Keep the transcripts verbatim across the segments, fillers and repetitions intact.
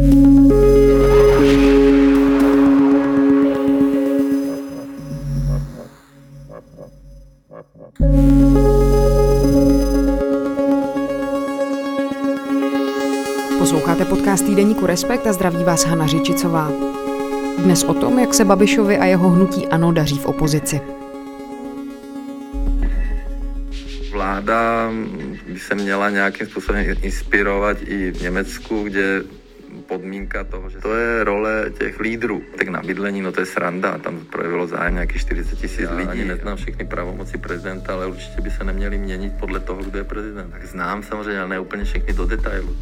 Posloucháte podcast týdeníku Respekt a zdraví vás Hana Řičicová. Dnes o tom, jak se Babišovi a jeho hnutí ANO daří v opozici. Vláda by se měla nějakým způsobem inspirovat i v Německu, kde podmínka toho, že to je role těch lídrů. Tak na bydlení, no to je sranda, tam projevilo zájem nějakých čtyřicet tisíc lidí. Ani neznám všechny pravomoci prezidenta, ale určitě by se neměly měnit podle toho, kdo je prezident. Tak znám samozřejmě, ale ne úplně všechny do detailu.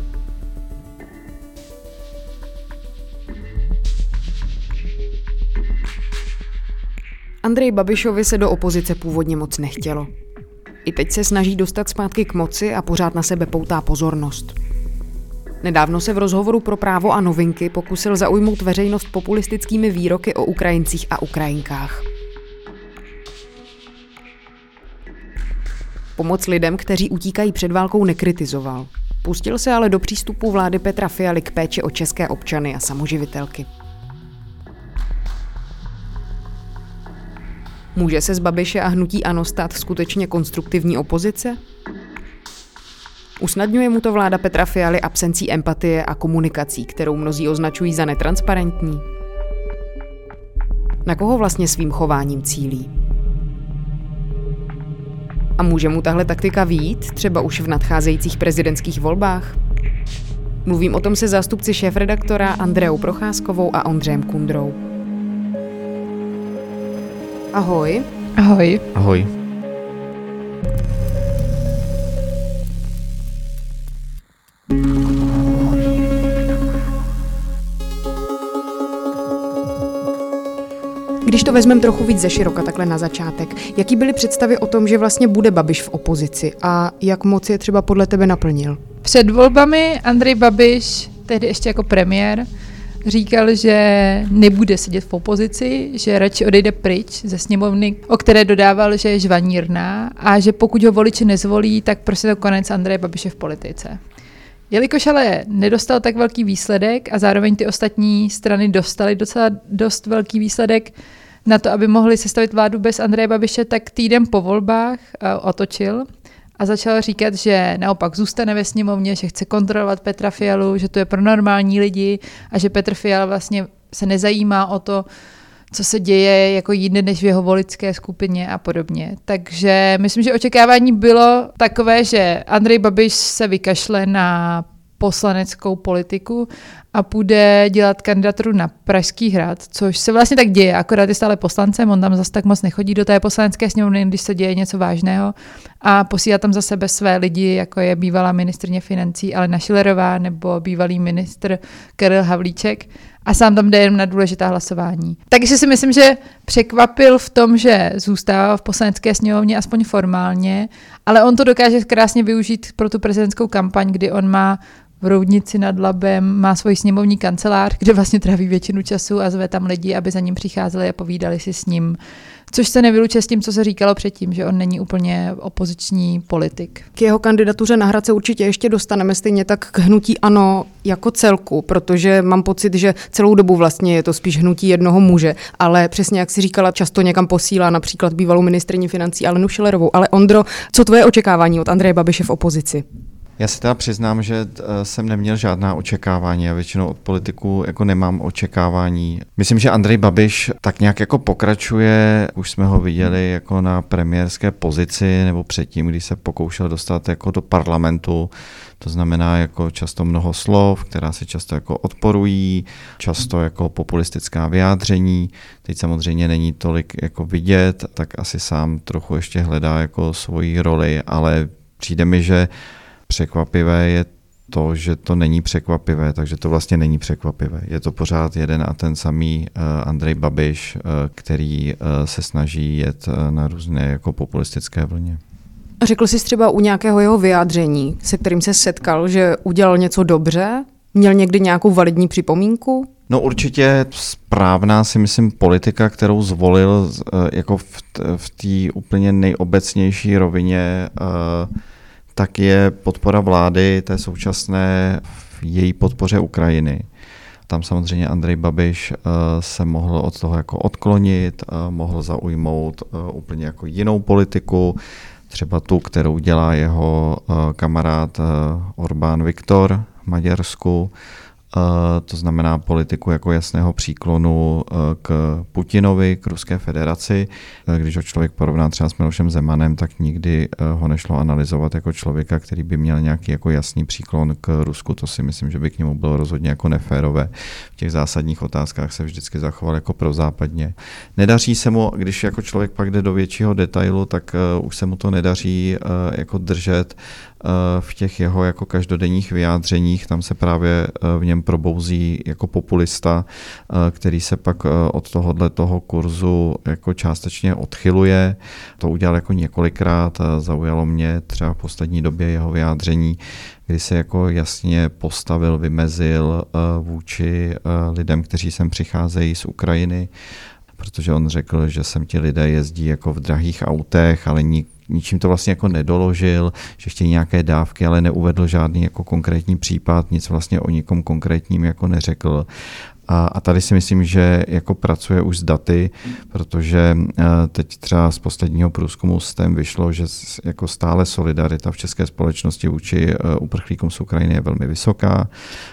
Andreji Babišovi se do opozice původně moc nechtělo. I teď se snaží dostat zpátky k moci a pořád na sebe poutá pozornost. Nedávno se v rozhovoru pro Právo a novinky pokusil zaujmout veřejnost populistickými výroky o Ukrajincích a Ukrajinkách. Pomoc lidem, kteří utíkají před válkou, nekritizoval. Pustil se ale do přístupu vlády Petra Fialy k péči o české občany a samoživitelky. Může se z Babiše a hnutí ANO stát skutečně konstruktivní opozice? Usnadňuje mu to vláda Petra Fialy absencí empatie a komunikací, kterou mnozí označují za netransparentní? Na koho vlastně svým chováním cílí? A může mu tahle taktika vyjít, třeba už v nadcházejících prezidentských volbách? Mluvím o tom se zástupci šéfredaktora Andreou Procházkovou a Ondřejem Kundrou. Ahoj. Ahoj. Ahoj. Když to vezmeme trochu víc ze široka, takhle na začátek, jaký byly představy o tom, že vlastně bude Babiš v opozici a jak moc je třeba podle tebe naplnil? Před volbami Andrej Babiš, tehdy ještě jako premiér, říkal, že nebude sedět v opozici, že radši odejde pryč ze sněmovny, o které dodával, že je žvanírná a že pokud ho voliči nezvolí, tak prostě to konec Andreje Babiše v politice. Jelikož ale nedostal tak velký výsledek a zároveň ty ostatní strany dostaly docela dost velký výsledek na to, aby mohli sestavit vládu bez Andreje Babiše, tak týden po volbách uh, otočil a začal říkat, že naopak zůstane ve sněmovně, že chce kontrolovat Petra Fialu, že to je pro normální lidi a že Petr Fiala vlastně se nezajímá o to, co se děje jako jinde než v jeho voličské skupině a podobně. Takže myslím, že očekávání bylo takové, že Andrej Babiš se vykašle na poslaneckou politiku a půjde dělat kandidaturu na Pražský hrad, což se vlastně tak děje, akorát je stále poslancem, on tam zase tak moc nechodí do té poslanecké sněmovny, když se děje něco vážného a posílá tam za sebe své lidi, jako je bývalá ministryně financí Alena Schillerová nebo bývalý ministr Karel Havlíček a sám tam jde jen na důležitá hlasování. Takže si myslím, že překvapil v tom, že zůstává v poslanecké sněmovně aspoň formálně, ale on to dokáže krásně využít pro tu prezidentskou kampaň, kdy on má v Roudnici nad Labem, má svůj sněmovní kancelář, kde vlastně tráví většinu času a zve tam lidi, aby za ním přicházeli a povídali si s ním. Což se nevylučuje s tím, co se říkalo předtím, že on není úplně opoziční politik. K jeho kandidatuře na hrad se určitě ještě dostaneme, stejně tak k hnutí ANO jako celku, protože mám pocit, že celou dobu vlastně je to spíš hnutí jednoho muže, ale přesně jak si říkala, často někam posílá například bývalou ministryni financí Alenu Schillerovou. Ale Ondro, co tvoje očekávání od Andreje Babiše v opozici? Já si teda přiznám, že jsem neměl žádná očekávání a většinou od politiků jako nemám očekávání. Myslím, že Andrej Babiš tak nějak jako pokračuje, už jsme ho viděli jako na premiérské pozici nebo předtím, když se pokoušel dostat jako do parlamentu. To znamená jako často mnoho slov, která se často jako odporují, často jako populistická vyjádření. Teď samozřejmě není tolik jako vidět, tak asi sám trochu ještě hledá jako svoji roli, ale přijde mi, že překvapivé je to, že to není překvapivé, takže to vlastně není překvapivé. Je to pořád jeden a ten samý uh, Andrej Babiš, uh, který uh, se snaží jet uh, na různé jako populistické vlně. Řekl jsi třeba u nějakého jeho vyjádření, se kterým se setkal, že udělal něco dobře? Měl někdy nějakou validní připomínku? No určitě správná si myslím politika, kterou zvolil uh, jako v té úplně nejobecnější rovině, uh, tak je podpora vlády té současné v její podpoře Ukrajiny. Tam samozřejmě Andrej Babiš se mohl od toho jako odklonit, mohl zaujmout úplně jako jinou politiku, třeba tu, kterou dělá jeho kamarád Orbán Viktor v Maďarsku. To znamená politiku jako jasného příklonu k Putinovi, k Ruské federaci. Když ho člověk porovná třeba s Milošem Zemanem, tak nikdy ho nešlo analyzovat jako člověka, který by měl nějaký jako jasný příklon k Rusku. To si myslím, že by k němu bylo rozhodně jako neférové. V těch zásadních otázkách se vždycky zachoval jako prozápadně. Nedaří se mu, když jako člověk pak jde do většího detailu, tak už se mu to nedaří jako držet v těch jeho jako každodenních vyjádřeních. Tam se právě v něm probouzí jako populista, který se pak od tohohle toho kurzu jako částečně odchyluje. To udělal jako několikrát, zaujalo mě třeba v poslední době jeho vyjádření, kdy se jako jasně postavil, vymezil vůči lidem, kteří sem přicházejí z Ukrajiny, protože on řekl, že sem ti lidé jezdí jako v drahých autech, ale nik ničím to vlastně jako nedoložil, že chtějí nějaké dávky, ale neuvedl žádný jako konkrétní případ, nic vlastně o nikom konkrétním jako neřekl. A, a tady si myslím, že jako pracuje už s daty, protože teď třeba z posledního průzkumu S T E M vyšlo, že jako stále solidarita v české společnosti vůči uprchlíkům z Ukrajiny je velmi vysoká.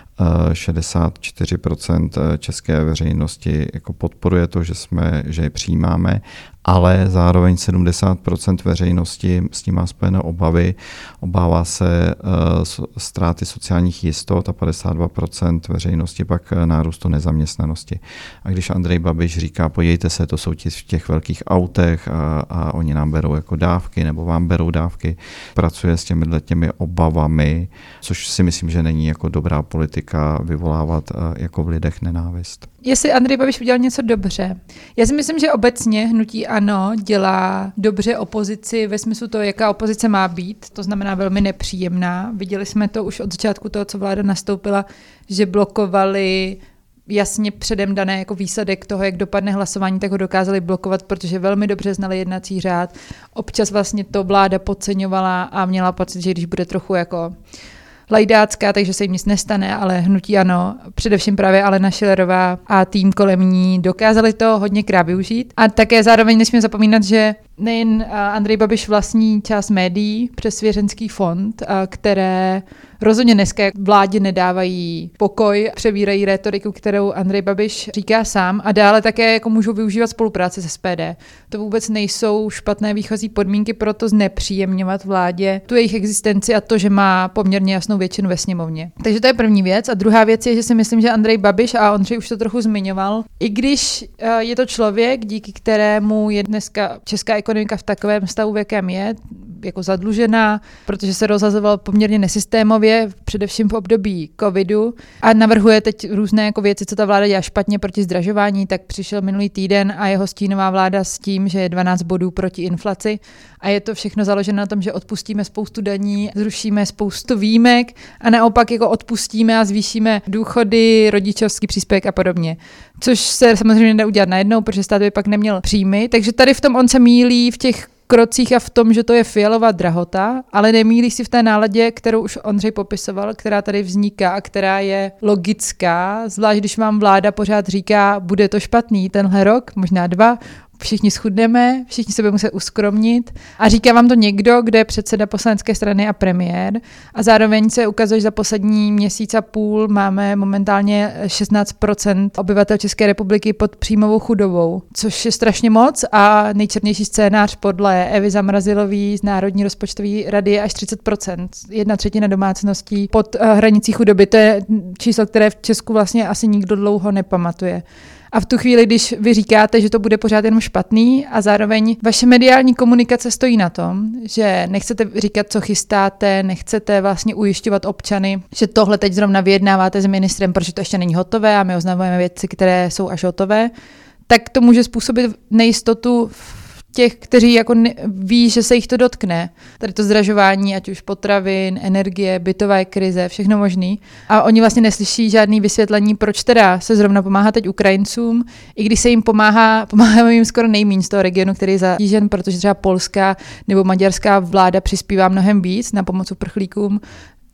šedesát čtyři procent české veřejnosti jako podporuje to, že, jsme, že je přijímáme, ale zároveň sedmdesát procent veřejnosti s tím má spojené obavy, obává se uh, ztráty sociálních jistot a padesát dva procent veřejnosti pak nárůstu nezaměstnanosti. A když Andrej Babiš říká, podívejte se, to jsou ti v těch velkých autech a, a oni nám berou jako dávky nebo vám berou dávky, pracuje s těmi, těmi obavami, což si myslím, že není jako dobrá politika vyvolávat uh, jako v lidech nenávist. Jestli Andrej Babiš udělal něco dobře. Já si myslím, že obecně hnutí ANO dělá dobře opozici ve smyslu toho, jaká opozice má být, to znamená velmi nepříjemná. Viděli jsme to už od začátku toho, co vláda nastoupila, že blokovali jasně předem dané jako výsledek toho, jak dopadne hlasování, tak ho dokázali blokovat, protože velmi dobře znali jednací řád. Občas vlastně to vláda podceňovala a měla pocit, že když bude trochu jako lajdácká, takže se jim nic nestane, ale hnutí ANO, především právě Alena Schillerová a tým kolem ní dokázali to hodněkrát využít. A také zároveň nesmím zapomínat, že nejen Andrej Babiš vlastní část médií přes svěřenský fond, které rozhodně dneska vládě nedávají pokoj, přebírají rétoriku, kterou Andrej Babiš říká sám a dále také jako můžou využívat spolupráci s S P D. To vůbec nejsou špatné výchozí podmínky pro to znepříjemňovat vládě tu jejich existenci a to, že má poměrně jasnou většinu ve sněmovně. Takže to je první věc. A druhá věc je, že si myslím, že Andrej Babiš, a Ondřej už to trochu zmiňoval, i když je to člověk, díky kterému je dneska česká ekonomika v takovém stavu, v jakém je, jako zadlužená, protože se rozhazoval poměrně nesystémově, především v období covidu a navrhuje teď různé jako věci, co ta vláda dělá špatně proti zdražování, tak přišel minulý týden a jeho stínová vláda s tím, že je dvanáct bodů proti inflaci a je to všechno založeno na tom, že odpustíme spoustu daní, zrušíme spoustu výjimek a naopak jako odpustíme a zvýšíme důchody, rodičovský příspěvek a podobně. Což se samozřejmě nedá udělat najednou, protože stát by pak neměl příjmy, takže tady v tom on se mýlí v těch krocích a v tom, že to je fialová drahota, ale nemýlí si v té náladě, kterou už Ondřej popisoval, která tady vzniká a která je logická, zvlášť když vám vláda pořád říká, bude to špatný tenhle rok, možná dva, všichni schudneme, všichni se budeme muset uskromnit a říká vám to někdo, kdo je předseda poslanecké strany a premiér a zároveň se ukazuje, že za poslední měsíc a půl máme momentálně šestnáct procent obyvatel České republiky pod příjmovou chudobou, což je strašně moc a nejčernější scénář podle Evy Zamrazilové z Národní rozpočtové rady je až třicet procent. Jedna třetina domácností pod hranicí chudoby. To je číslo, které v Česku vlastně asi nikdo dlouho nepamatuje. A v tu chvíli, když vy říkáte, že to bude pořád jenom špatný a zároveň vaše mediální komunikace stojí na tom, že nechcete říkat, co chystáte, nechcete vlastně ujišťovat občany, že tohle teď zrovna vyjednáváte s ministrem, protože to ještě není hotové a my oznamujeme věci, které jsou až hotové, tak to může způsobit nejistotu těch, kteří jako ne, ví, že se jich to dotkne. Tady to zdražování, ať už potravin, energie, bytové krize, všechno možný. A oni vlastně neslyší žádný vysvětlení, proč teda se zrovna pomáhá teď Ukrajincům, i když se jim pomáhá, pomáháme jim skoro nejméně z toho regionu, který je zatížen, protože třeba polská nebo maďarská vláda přispívá mnohem víc na pomoc uprchlíkům,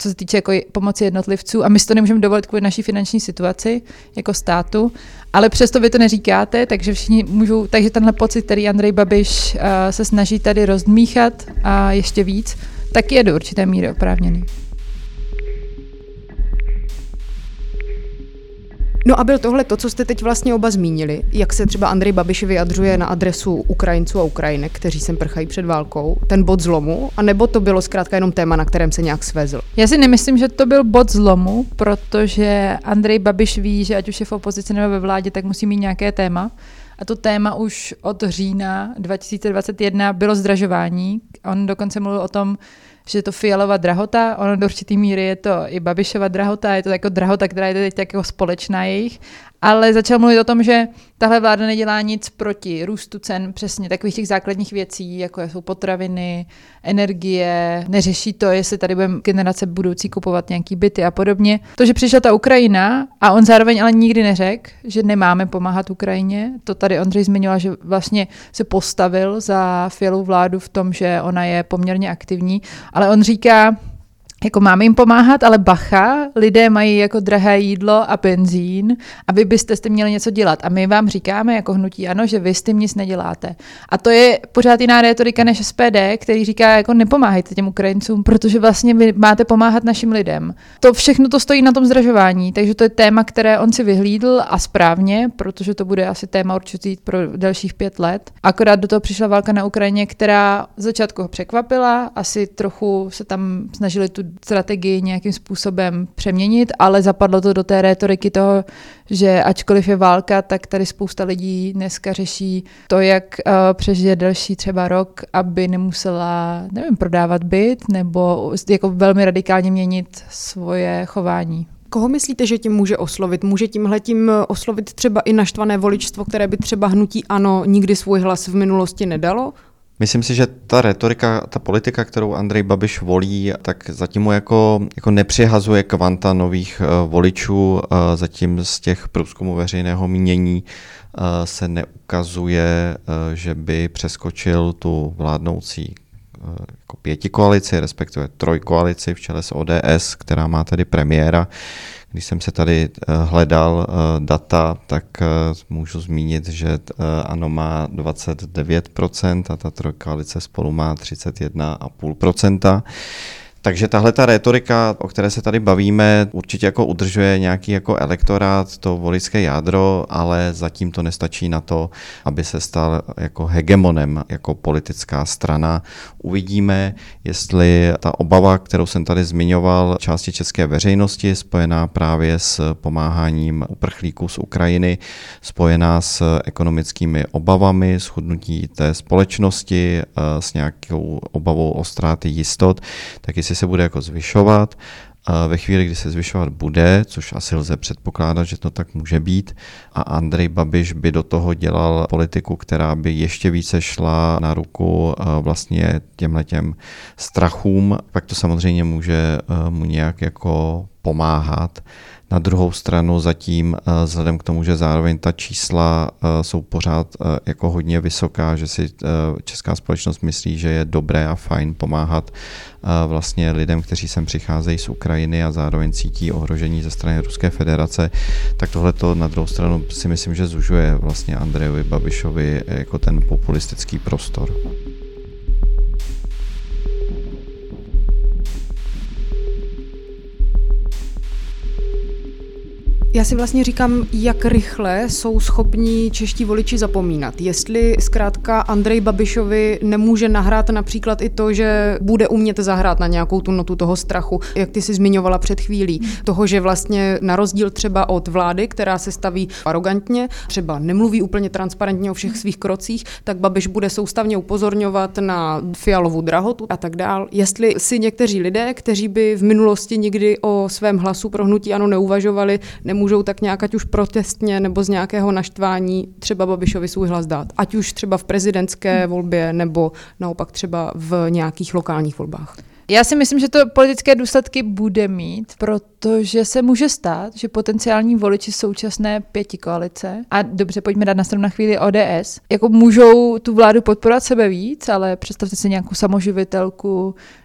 co se týče jako pomoci jednotlivců a my si to nemůžeme dovolit kvůli naší finanční situaci jako státu, ale přesto vy to neříkáte, takže všichni můžou, takže tenhle pocit, který Andrej Babiš uh, se snaží tady rozdmíchat a ještě víc, tak je do určité míry oprávněný. No a byl tohle to, co jste teď vlastně oba zmínili, jak se třeba Andrej Babiš vyjadřuje na adresu Ukrajinců a Ukrajinek, kteří sem prchají před válkou, ten bod zlomu, anebo to bylo zkrátka jenom téma, na kterém se nějak svezl? Já si nemyslím, že to byl bod zlomu, protože Andrej Babiš ví, že ať už je v opozici nebo ve vládě, tak musí mít nějaké téma. A to téma už od října dva tisíce dvacet jedna bylo zdražování. On dokonce mluvil o tom, že je to Fialova drahota, ono do určitý míry je to i Babišova drahota, je to jako drahota, která je teď jako společná jejich, ale začal mluvit o tom, že tahle vláda nedělá nic proti růstu cen přesně takových těch základních věcí, jako jsou potraviny, energie, neřeší to, jestli tady budeme generace budoucí kupovat nějaký byty a podobně. To, že přišla ta Ukrajina a on zároveň ale nikdy neřekl, že nemáme pomáhat Ukrajině, to tady Ondřej zmiňoval, že vlastně se postavil za Fialovu vládu v tom, že ona je poměrně aktivní, ale on říká, jako máme jim pomáhat, ale bacha, lidé mají jako drahé jídlo a benzín a vy byste s tím měli něco dělat. A my vám říkáme jako hnutí ANO, že vy s tím nic neděláte. A to je pořád jiná rétorika než S P D, který říká, jako nepomáhejte těm Ukrajincům, protože vlastně vy máte pomáhat našim lidem. To všechno to stojí na tom zdražování, takže to je téma, které on si vyhlídl a správně, protože to bude asi téma určitý pro dalších pět let. Akorát do toho přišla válka na Ukrajině, která začátku ho překvapila, asi trochu se tam snažili tu strategii nějakým způsobem přeměnit, ale zapadlo to do té rétoriky toho, že ačkoliv je válka, tak tady spousta lidí dneska řeší to, jak uh, přežije další třeba rok, aby nemusela, nevím, prodávat byt nebo jako velmi radikálně měnit svoje chování. Koho myslíte, že tím může oslovit? Může tímhletím oslovit třeba i naštvané voličstvo, které by třeba hnutí ANO nikdy svůj hlas v minulosti nedalo? Myslím si, že ta retorika, ta politika, kterou Andrej Babiš volí, tak zatím mu jako, jako nepřihazuje kvanta nových uh, voličů. Uh, zatím z těch průzkumů veřejného mínění uh, se neukazuje, uh, že by přeskočil tu vládnoucí uh, jako pětikoalici, respektive trojkoalici v čele s O D S, která má tedy premiéra. Když jsem se tady hledal data, tak můžu zmínit, že ANO má dvacet devět procent a ta trojkoalice Spolu má třicet jedna celá pět procenta. Takže tahle ta retorika, o které se tady bavíme, určitě jako udržuje nějaký jako elektorát, to voličské jádro, ale zatím to nestačí na to, aby se stal jako hegemonem, jako politická strana. Uvidíme, jestli ta obava, kterou jsem tady zmiňoval, části české veřejnosti, spojená právě s pomáháním uprchlíků z Ukrajiny, spojená s ekonomickými obavami, schudnutí té společnosti, s nějakou obavou o ztráty jistot, tak jestli se bude jako zvyšovat. Ve chvíli, kdy se zvyšovat bude, což asi lze předpokládat, že to tak může být, a Andrej Babiš by do toho dělal politiku, která by ještě více šla na ruku vlastně těmhletěm strachům, pak to samozřejmě může mu nějak jako pomáhat. Na druhou stranu zatím, vzhledem k tomu, že zároveň ta čísla jsou pořád jako hodně vysoká, že si česká společnost myslí, že je dobré a fajn pomáhat vlastně lidem, kteří sem přicházejí z Ukrajiny a zároveň cítí ohrožení ze strany Ruské federace, tak tohle to na druhou stranu si myslím, že zužuje vlastně Andrejovi Babišovi jako ten populistický prostor. Já si vlastně říkám, jak rychle jsou schopní čeští voliči zapomínat. Jestli zkrátka Andrej Babišovi nemůže nahrát například i to, že bude umět zahrát na nějakou tu notu toho strachu, jak ty si zmiňovala před chvílí. Toho, že vlastně na rozdíl třeba od vlády, která se staví arrogantně, třeba nemluví úplně transparentně o všech svých krocích, tak Babiš bude soustavně upozorňovat na Fialovu drahotu a tak dál. Jestli si někteří lidé, kteří by v minulosti nikdy o svém hlasu pro hnutí ANO neuvažovali, nemůžou můžou tak nějak ať už protestně nebo z nějakého naštvání třeba Babišovi svůj hlas dát. Ať už třeba v prezidentské volbě nebo naopak třeba v nějakých lokálních volbách. Já si myslím, že to politické důsledky bude mít, protože se může stát, že potenciální voliči současné pětikoalice, a dobře, pojďme dát na stranu na chvíli O D S, jako můžou tu vládu podporovat sebe víc, ale představte si nějakou samoživitelku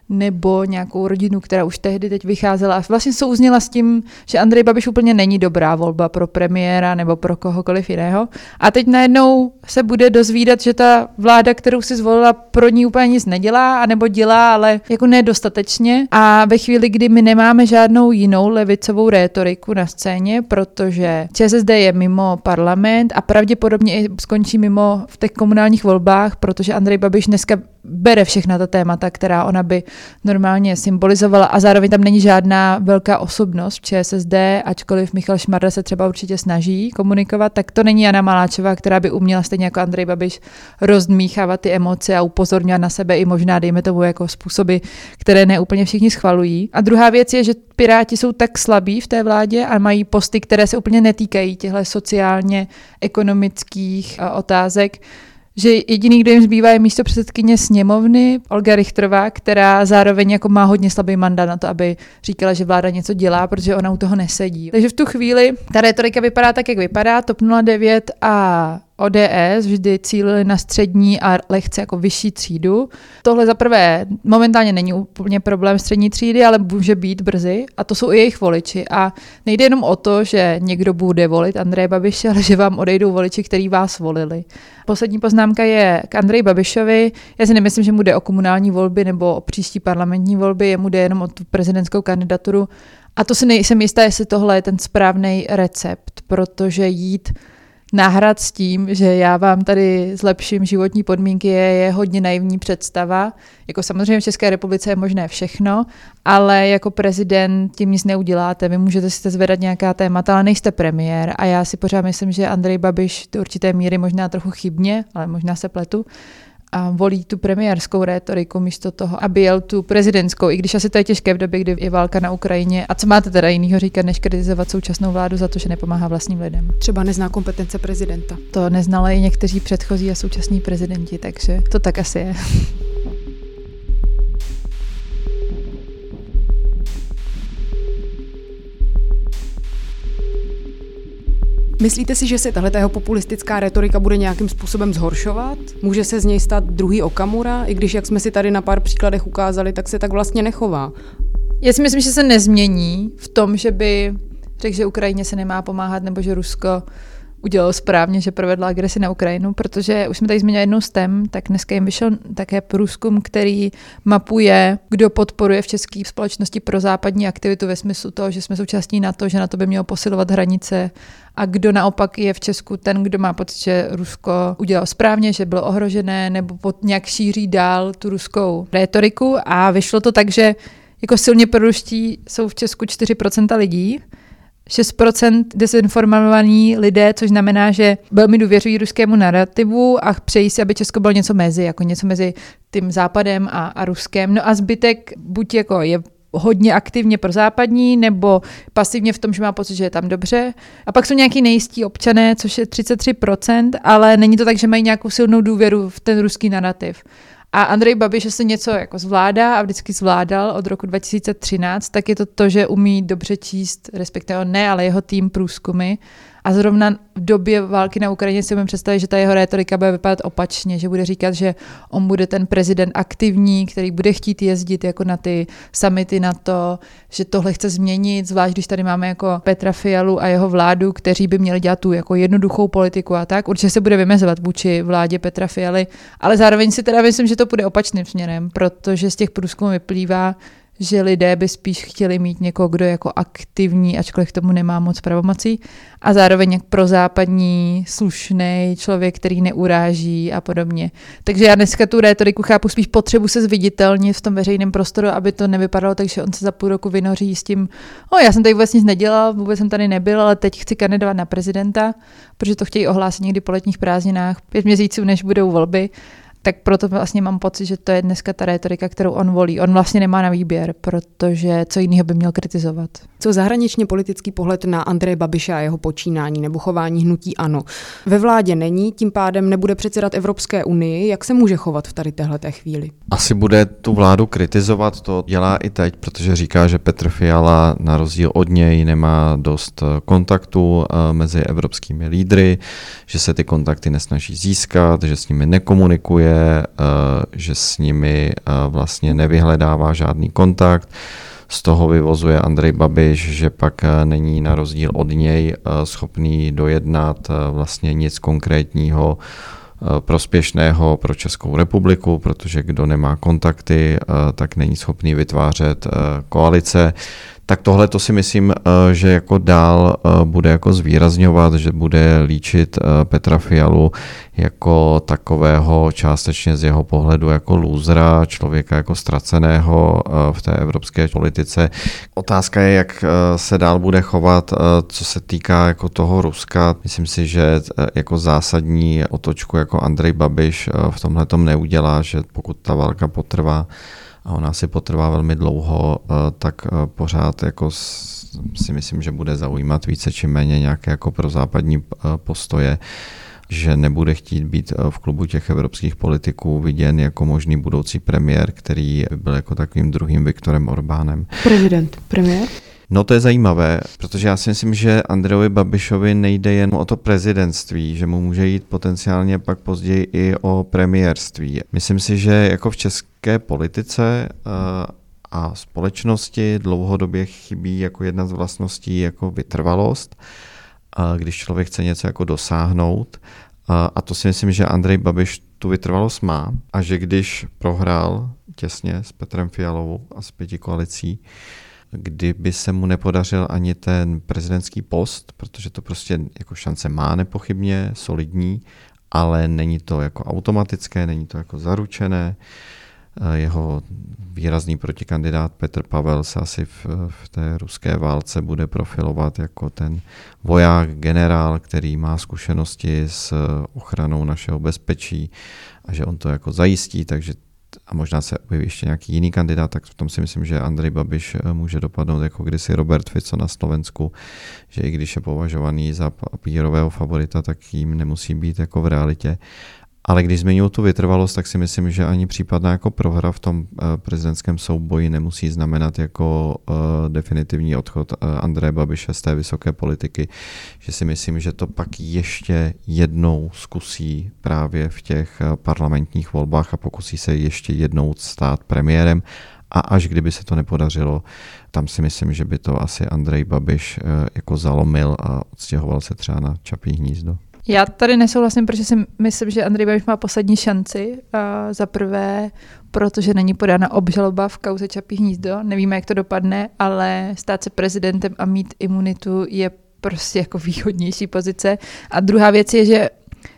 nebo nějakou rodinu, která už tehdy teď vycházela a vlastně souzněla s tím, že Andrej Babiš úplně není dobrá volba pro premiéra nebo pro kohokoliv jiného. A teď najednou se bude dozvídat, že ta vláda, kterou si zvolila, pro ní úplně nic nedělá, anebo dělá, ale jako nedostatečně. A ve chvíli, kdy my nemáme žádnou jinou levicovou rétoriku na scéně, protože ČSSD je mimo parlament a pravděpodobně i skončí mimo v těch komunálních volbách, protože Andrej Babiš dneska bere všechna ta témata, která ona by normálně symbolizovala a zároveň tam není žádná velká osobnost v ČSSD, ačkoliv Michal Šmarda se třeba určitě snaží komunikovat, tak to není Jana Maláčová, která by uměla stejně jako Andrej Babiš rozdmíchávat ty emoce a upozorňovat na sebe i možná, dejme tomu, jako způsoby, které ne úplně všichni schvalují. A druhá věc je, že Piráti jsou tak slabí v té vládě a mají posty, které se úplně netýkají těchto sociálně ekonomických otázek, že jediný, kdo jim zbývá, je místo předsedkyně sněmovny Olga Richterová, která zároveň jako má hodně slabý mandát na to, aby říkala, že vláda něco dělá, protože ona u toho nesedí. Takže v tu chvíli ta retorika vypadá tak, jak vypadá. TOP nula devět a O D S vždy cílili na střední a lehce jako vyšší třídu. Tohle za prvé momentálně není úplně problém střední třídy, ale může být brzy a to jsou i jejich voliči. A nejde jenom o to, že někdo bude volit Andreje Babiše, ale že vám odejdou voliči, kteří vás volili. Poslední poznámka je k Andreji Babišovi. Já si nemyslím, že mu jde o komunální volby nebo o příští parlamentní volby, jemu jde jenom o tu prezidentskou kandidaturu. A to si nejsem jistá, jestli tohle je ten správný recept, protože jít náhrad s tím, že já vám tady zlepším životní podmínky, je, je hodně naivní představa. Jako samozřejmě v České republice je možné všechno, ale jako prezident tím nic neuděláte. Vy můžete si zvedat nějaká témata, ale nejste premiér. A já si pořád myslím, že Andrej Babiš do určité míry možná trochu chybně, ale možná se pletu, a volí tu premiérskou rétoriku místo toho, aby jel tu prezidentskou, i když asi to je těžké v době, kdy je válka na Ukrajině. A co máte teda jinýho říkat, než kritizovat současnou vládu za to, že nepomáhá vlastním lidem? Třeba nezná kompetence prezidenta. To neznali i někteří předchozí a současní prezidenti, takže to tak asi je. Myslíte si, že se tahle jeho populistická retorika bude nějakým způsobem zhoršovat? Může se z něj stát druhý Okamura, i když, jak jsme si tady na pár příkladech ukázali, tak se tak vlastně nechová? Já si myslím, že se nezmění v tom, že by řekl, že Ukrajině se nemá pomáhat, nebo že Rusko udělalo správně, že provedlo agresi na Ukrajinu, protože už jsme tady zmínili jednou z tém, tak dneska jim vyšel také průzkum, který mapuje, kdo podporuje v české společnosti prozápadní aktivitu ve smyslu toho, že jsme součástí NATO, že NATO by mělo posilovat hranice, a kdo naopak je v Česku ten, kdo má pocit, že Rusko udělalo správně, že bylo ohrožené, nebo pod nějak šíří dál tu ruskou rétoriku. A vyšlo to tak, že jako silně proruští jsou v Česku čtyři procenta lidí, šest procent dezinformovaní lidé, což znamená, že velmi důvěřují ruskému narrativu a přejí si, aby Česko bylo něco mezi, jako něco mezi tím západem a, a Ruskem. No a zbytek buď jako je hodně aktivně prozápadní, nebo pasivně v tom, že má pocit, že je tam dobře. A pak jsou nějaký nejistí občané, což je třicet tři procent, ale není to tak, že mají nějakou silnou důvěru v ten ruský narrativ. A Andrej Babiš, že se něco jako zvládá a vždycky zvládal od roku dva tisíce třináct, tak je to to, že umí dobře číst, respektive ne, ale jeho tým průzkumy. A zrovna v době války na Ukrajině si umím představit, že ta jeho rétorika bude vypadat opačně, že bude říkat, že on bude ten prezident aktivní, který bude chtít jezdit jako na ty summity NATO, že tohle chce změnit, zvlášť když tady máme jako Petra Fialu a jeho vládu, kteří by měli dělat tu jako jednoduchou politiku a tak. Určitě se bude vymezovat vůči vládě Petra Fialy, ale zároveň si teda myslím, že to bude opačným směrem, protože z těch průzkumů vyplývá, že lidé by spíš chtěli mít někoho, kdo je jako aktivní, ačkoliv k tomu nemá moc pravomocí, a zároveň jak prozápadní, slušný člověk, který neuráží a podobně. Takže já dneska tu rétoriku chápu spíš potřebu se zviditelnit v tom veřejném prostoru, aby to nevypadalo tak, že on se za půl roku vynoří s tím, o, já jsem tady vůbec nic nedělal, vůbec jsem tady nebyl, ale teď chci kandidovat na prezidenta, protože to chtějí ohlásit někdy po letních prázdninách, pět měsíců, než budou volby. Tak proto vlastně mám pocit, že to je dneska ta rétorika, kterou on volí. On vlastně nemá na výběr, protože co jiného by měl kritizovat. Co zahraničně politický pohled na Andreje Babiše a jeho počínání nebo chování hnutí ANO? Ve vládě není, tím pádem nebude předsedat Evropské unii. Jak se může chovat v tady téhleté chvíli? Asi bude tu vládu kritizovat, to dělá i teď, protože říká, že Petr Fiala na rozdíl od něj nemá dost kontaktů mezi evropskými lídry, že se ty kontakty nesnaží získat, že s nimi nekomunikuje, že s nimi vlastně nevyhledává žádný kontakt. Z toho vyvozuje Andrej Babiš, že pak není na rozdíl od něj schopný dojednat vlastně nic konkrétního prospěšného pro Českou republiku, protože kdo nemá kontakty, tak není schopný vytvářet koalice. Tak tohle to si myslím, že jako dál bude jako zvýrazňovat, že bude líčit Petra Fialu jako takového částečně z jeho pohledu jako lůzra, člověka jako ztraceného v té evropské politice. Otázka je, jak se dál bude chovat, co se týká jako toho Ruska. Myslím si, že jako zásadní otočku jako Andrej Babiš v tomhletom neudělá, že pokud ta válka potrvá, a ona si potrvá velmi dlouho, tak pořád jako si myslím, že bude zaujímat více či méně nějaké jako prozápadní postoje, že nebude chtít být v klubu těch evropských politiků viděn jako možný budoucí premiér, který byl jako takovým druhým Viktorem Orbánem. Prezident, premiér? No to je zajímavé, protože já si myslím, že Andrejovi Babišovi nejde jen o to prezidentství, že mu může jít potenciálně pak později i o premiérství. Myslím si, že jako v české politice a společnosti dlouhodobě chybí jako jedna z vlastností jako vytrvalost, když člověk chce něco jako dosáhnout. A to si myslím, že Andrej Babiš tu vytrvalost má a že když prohrál těsně s Petrem Fialou a s pětikoalicí, kdyby se mu nepodařil ani ten prezidentský post, protože to prostě jako šance má nepochybně, solidní, ale není to jako automatické, není to jako zaručené. Jeho výrazný protikandidát Petr Pavel se asi v, v té ruské válce bude profilovat jako ten voják, generál, který má zkušenosti s ochranou našeho bezpečí a že on to jako zajistí, takže a možná se objeví ještě nějaký jiný kandidát, tak v tom si myslím, že Andrej Babiš může dopadnout jako kdysi Robert Fico na Slovensku, že i když je považovaný za papírového favorita, tak jim nemusí být jako v realitě. Ale když zmiňuji tu vytrvalost, tak si myslím, že ani případná jako prohra v tom prezidentském souboji nemusí znamenat jako uh, definitivní odchod uh, Andreje Babiše z té vysoké politiky. Že si myslím, že to pak ještě jednou zkusí právě v těch parlamentních volbách a pokusí se ještě jednou stát premiérem. A až kdyby se to nepodařilo, tam si myslím, že by to asi Andrej Babiš uh, jako zalomil a odstěhoval se třeba na Čapí hnízdo. Já tady nesouhlasím, protože si myslím, že Andrej Babiš má poslední šanci. A za prvé, protože není podána obžaloba v kauze Čapí hnízdo. Nevíme, jak to dopadne, ale stát se prezidentem a mít imunitu je prostě jako výhodnější pozice. A druhá věc je, že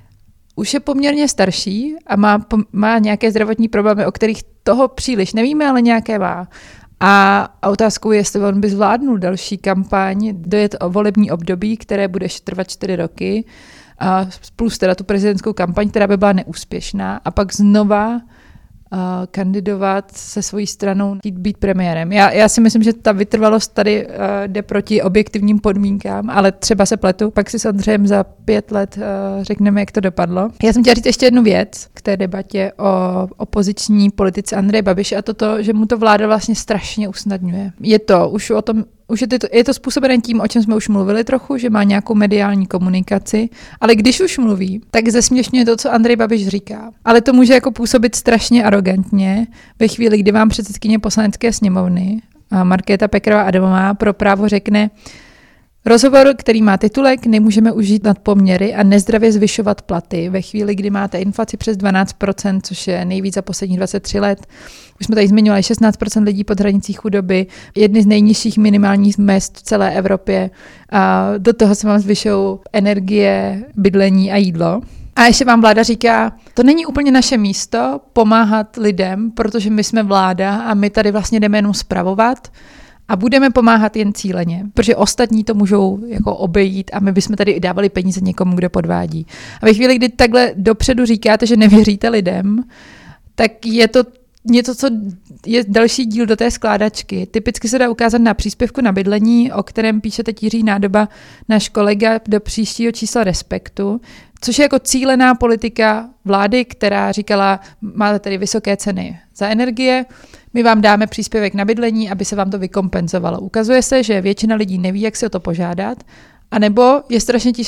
už je poměrně starší a má, má nějaké zdravotní problémy, o kterých toho příliš nevíme, ale nějaké má. A otázkou je, jestli on by zvládnul další kampaň, dojet o volební období, které bude trvat čtyři roky, a plus teda tu prezidentskou kampaň, která by byla neúspěšná, a pak znova uh, kandidovat se svojí stranou, jít být premiérem. Já, já si myslím, že ta vytrvalost tady uh, jde proti objektivním podmínkám, ale třeba se pletu. Pak si s Andřejem za pět let uh, řekneme, jak to dopadlo. Já jsem chtěla říct ještě jednu věc k té debatě o opoziční politice Andreje Babiše, a to, že mu to vláda vlastně strašně usnadňuje. Je to už o tom, Už je to, je to způsobené tím, o čem jsme už mluvili trochu, že má nějakou mediální komunikaci, ale když už mluví, tak zesměšňuje to, co Andrej Babiš říká. Ale to může jako působit strašně arrogantně ve chvíli, kdy vám předsedkyně Poslanecké sněmovny Markéta Pekarová Adamová pro Právo řekne: rozhovor, který má titulek "Nemůžeme užít nad poměry a nezdravě zvyšovat platy" ve chvíli, kdy máte inflaci přes dvanáct procent, což je nejvíc za posledních dvacet tři let. Už jsme tady zmiňovali šestnáct procent lidí pod hranicí chudoby, jedny z nejnižších minimálních mezd v celé Evropě. A do toho se vám zvyšují energie, bydlení a jídlo. A ještě vám vláda říká, to není úplně naše místo pomáhat lidem, protože my jsme vláda a my tady vlastně jdeme jenom spravovat. A budeme pomáhat jen cíleně, protože ostatní to můžou jako obejít a my bychom tady dávali peníze někomu, kdo podvádí. A ve chvíli, kdy takhle dopředu říkáte, že nevěříte lidem, tak je to něco, co je další díl do té skládačky. Typicky se dá ukázat na příspěvku na bydlení, o kterém píše teď Jiří Nádoba, náš kolega, do příštího čísla Respektu, což je jako cílená politika vlády, která říkala, máte tady vysoké ceny za energie, my vám dáme příspěvek na bydlení, aby se vám to vykompenzovalo. Ukazuje se, že většina lidí neví, jak si o to požádat, anebo je strašně těžký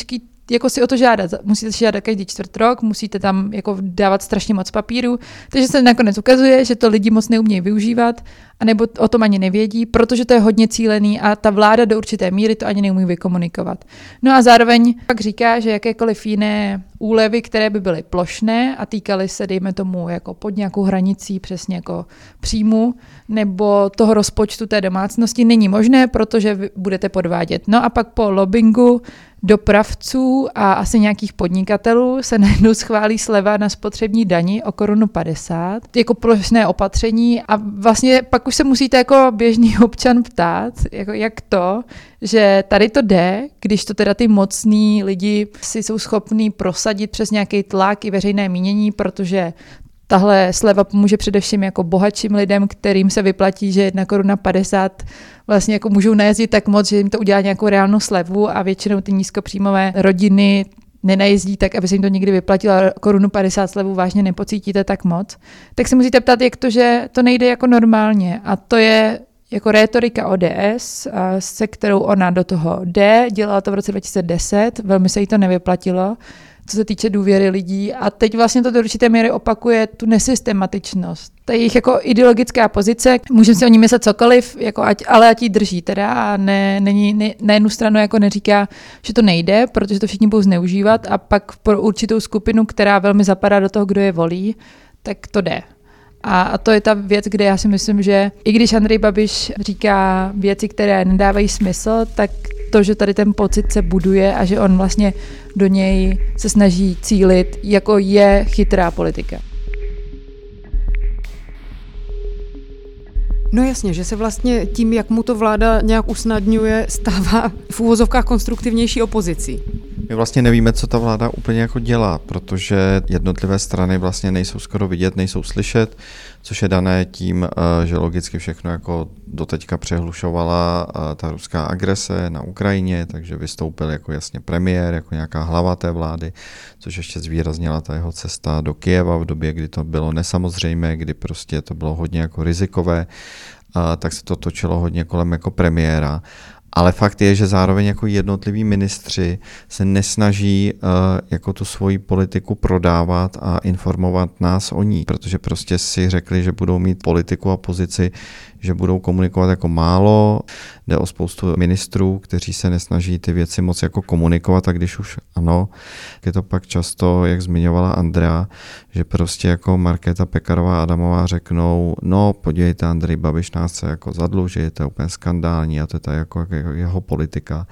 jako si o to žádat. Musíte si žádat každý čtvrt rok, musíte tam jako dávat strašně moc papíru, takže se nakonec ukazuje, že to lidi moc neumějí využívat, anebo o tom ani nevědí, protože to je hodně cílený a ta vláda do určité míry to ani neumí vykomunikovat. No a zároveň pak říká, že jakékoliv jiné úlevy, které by byly plošné a týkaly se, dejme tomu, jako pod nějakou hranicí, přesně jako příjmu nebo toho rozpočtu té domácnosti, není možné, protože vy budete podvádět. No a pak po lobbingu dopravců a asi nějakých podnikatelů se najednou schválí sleva na spotřební dani o korunu padesát, jako plošné opatření a vlastně pak už se musíte jako běžný občan ptát, jako jak to, že tady to jde, když to teda ty mocní lidi si jsou schopní prosadit přes nějaký tlak i veřejné mínění, protože tahle sleva pomůže především jako bohatším lidem, kterým se vyplatí, že jedna koruna padesát vlastně jako můžou najezdit tak moc, že jim to udělá nějakou reálnou slevu a většinou ty nízkopříjmové rodiny nenajezdí tak, aby se jim to někdy vyplatilo, korunu padesát slevu vážně nepocítíte tak moc. Tak se musíte ptát, jak to, že to nejde jako normálně. A to je jako rétorika O D S, se kterou ona do toho jde, dělala to v roce dva tisíce deset, velmi se jí to nevyplatilo, co se týče důvěry lidí. A teď vlastně to do určité míry opakuje tu nesystematičnost. To je jejich jako ideologická pozice, můžeme si o ní myslet cokoliv, jako ať, ale ať ji drží teda a ne, není, ne, na jednu stranu jako neříká, že to nejde, protože to všichni budou zneužívat a pak pro určitou skupinu, která velmi zapadá do toho, kdo je volí, tak to jde. A, a to je ta věc, kde já si myslím, že i když Andrej Babiš říká věci, které nedávají smysl, tak to, že tady ten pocit se buduje a že on vlastně do něj se snaží cílit, jako je chytrá politika. No jasně, že se vlastně tím, jak mu to vláda nějak usnadňuje, stává v úvozovkách konstruktivnější opozicí. My vlastně nevíme, co ta vláda úplně jako dělá, protože jednotlivé strany vlastně nejsou skoro vidět, nejsou slyšet, což je dané tím, že logicky všechno jako doteďka přehlušovala ta ruská agrese na Ukrajině, takže vystoupil jako jasně premiér, jako nějaká hlava té vlády, což ještě zvýraznila ta jeho cesta do Kyjeva v době, kdy to bylo nesamozřejmé, kdy prostě to bylo hodně jako rizikové, tak se to točilo hodně kolem jako premiéra. Ale fakt je, že zároveň jako jednotliví ministři se nesnaží uh, jako tu svoji politiku prodávat a informovat nás o ní, protože prostě si řekli, že budou mít politiku a pozici, že budou komunikovat jako málo. Jde o spoustu ministrů, kteří se nesnaží ty věci moc jako komunikovat, a když už ano, je to pak často, jak zmiňovala Andrea, že prostě jako Markéta Pekarová Adamová řeknou, no podívejte, Andrej Babiš nás chce jako zadlužit, to je úplně skandální a to je ta jako jeho politika.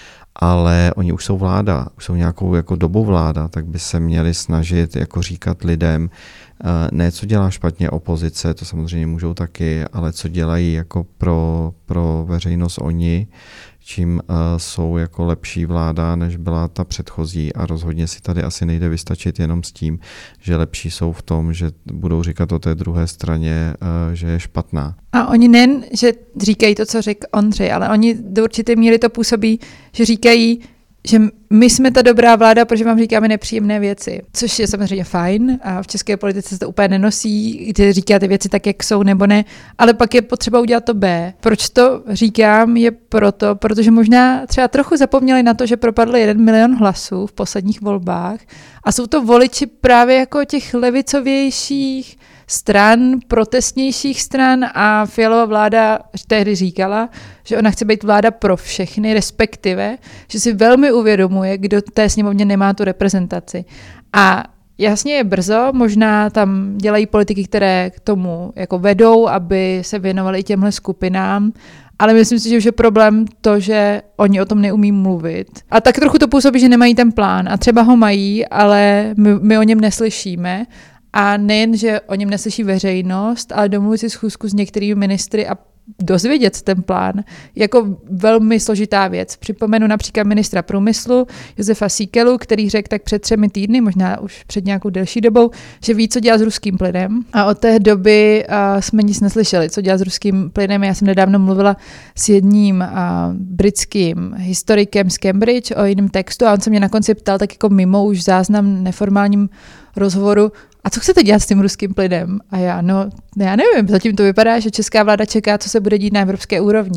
Ale oni už jsou vláda, už jsou nějakou jako dobu vláda, tak by se měli snažit jako říkat lidem, ne co dělá špatně opozice, to samozřejmě můžou taky, ale co dělají jako pro, pro veřejnost oni, čím uh, jsou jako lepší vláda, než byla ta předchozí a rozhodně si tady asi nejde vystačit jenom s tím, že lepší jsou v tom, že budou říkat o té druhé straně, uh, že je špatná. A oni nejen, že říkají to, co řekl Ondřej, ale oni do určité míry to působí, že říkají, že my jsme ta dobrá vláda, protože vám říkáme nepříjemné věci, což je samozřejmě fajn a v české politice se to úplně nenosí, kde říkáte věci tak, jak jsou nebo ne, ale pak je potřeba udělat to B. Proč to říkám je proto, protože možná třeba trochu zapomněli na to, že propadl jeden milion hlasů v posledních volbách a jsou to voliči právě jako těch levicovějších stran, protestnějších stran a Fialova vláda tehdy říkala, že ona chce být vláda pro všechny, respektive, že si velmi uvědomuje, kdo té sněmovně nemá tu reprezentaci. A jasně je brzo, možná tam dělají politiky, které k tomu jako vedou, aby se věnovali i těmhle skupinám, ale myslím si, že už je problém to, že oni o tom neumí mluvit. A tak trochu to působí, že nemají ten plán a třeba ho mají, ale my, my o něm neslyšíme. A nejen, že o něm neslyší veřejnost, ale domluvit si schůzku s některými ministry a dozvědět ten plán jako velmi složitá věc. Připomenu například ministra průmyslu Josefa Síkelu, který řekl tak před třemi týdny, možná už před nějakou delší dobou, že ví, co dělá s ruským plynem. A od té doby uh, jsme nic neslyšeli, co dělá s ruským plynem. Já jsem nedávno mluvila s jedním uh, britským historikem z Cambridge o jiném textu a on se mě na konci ptal tak jako mimo už záznam neformálním rozhovoru, a co chcete dělat s tím ruským plynem? A já, no, já nevím, zatím to vypadá, že česká vláda čeká, co se bude dít na evropské úrovni.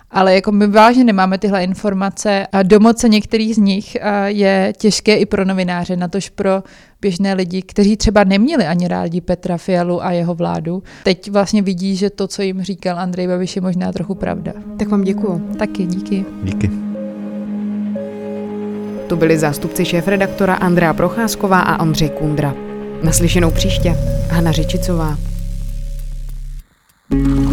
Ale jako my vážně nemáme tyhle informace a domoct se některých z nich je těžké i pro novináře, natož pro běžné lidi, kteří třeba neměli ani rádi Petra Fialu a jeho vládu. Teď vlastně vidí, že to, co jim říkal Andrej Babiš, je možná trochu pravda. Tak vám děkuju. Taky, díky. Díky. To byli zástupci šéfredaktora Andrea Procházková a Ondřej Kundra. Naslyšenou příště. Hana Řičicová.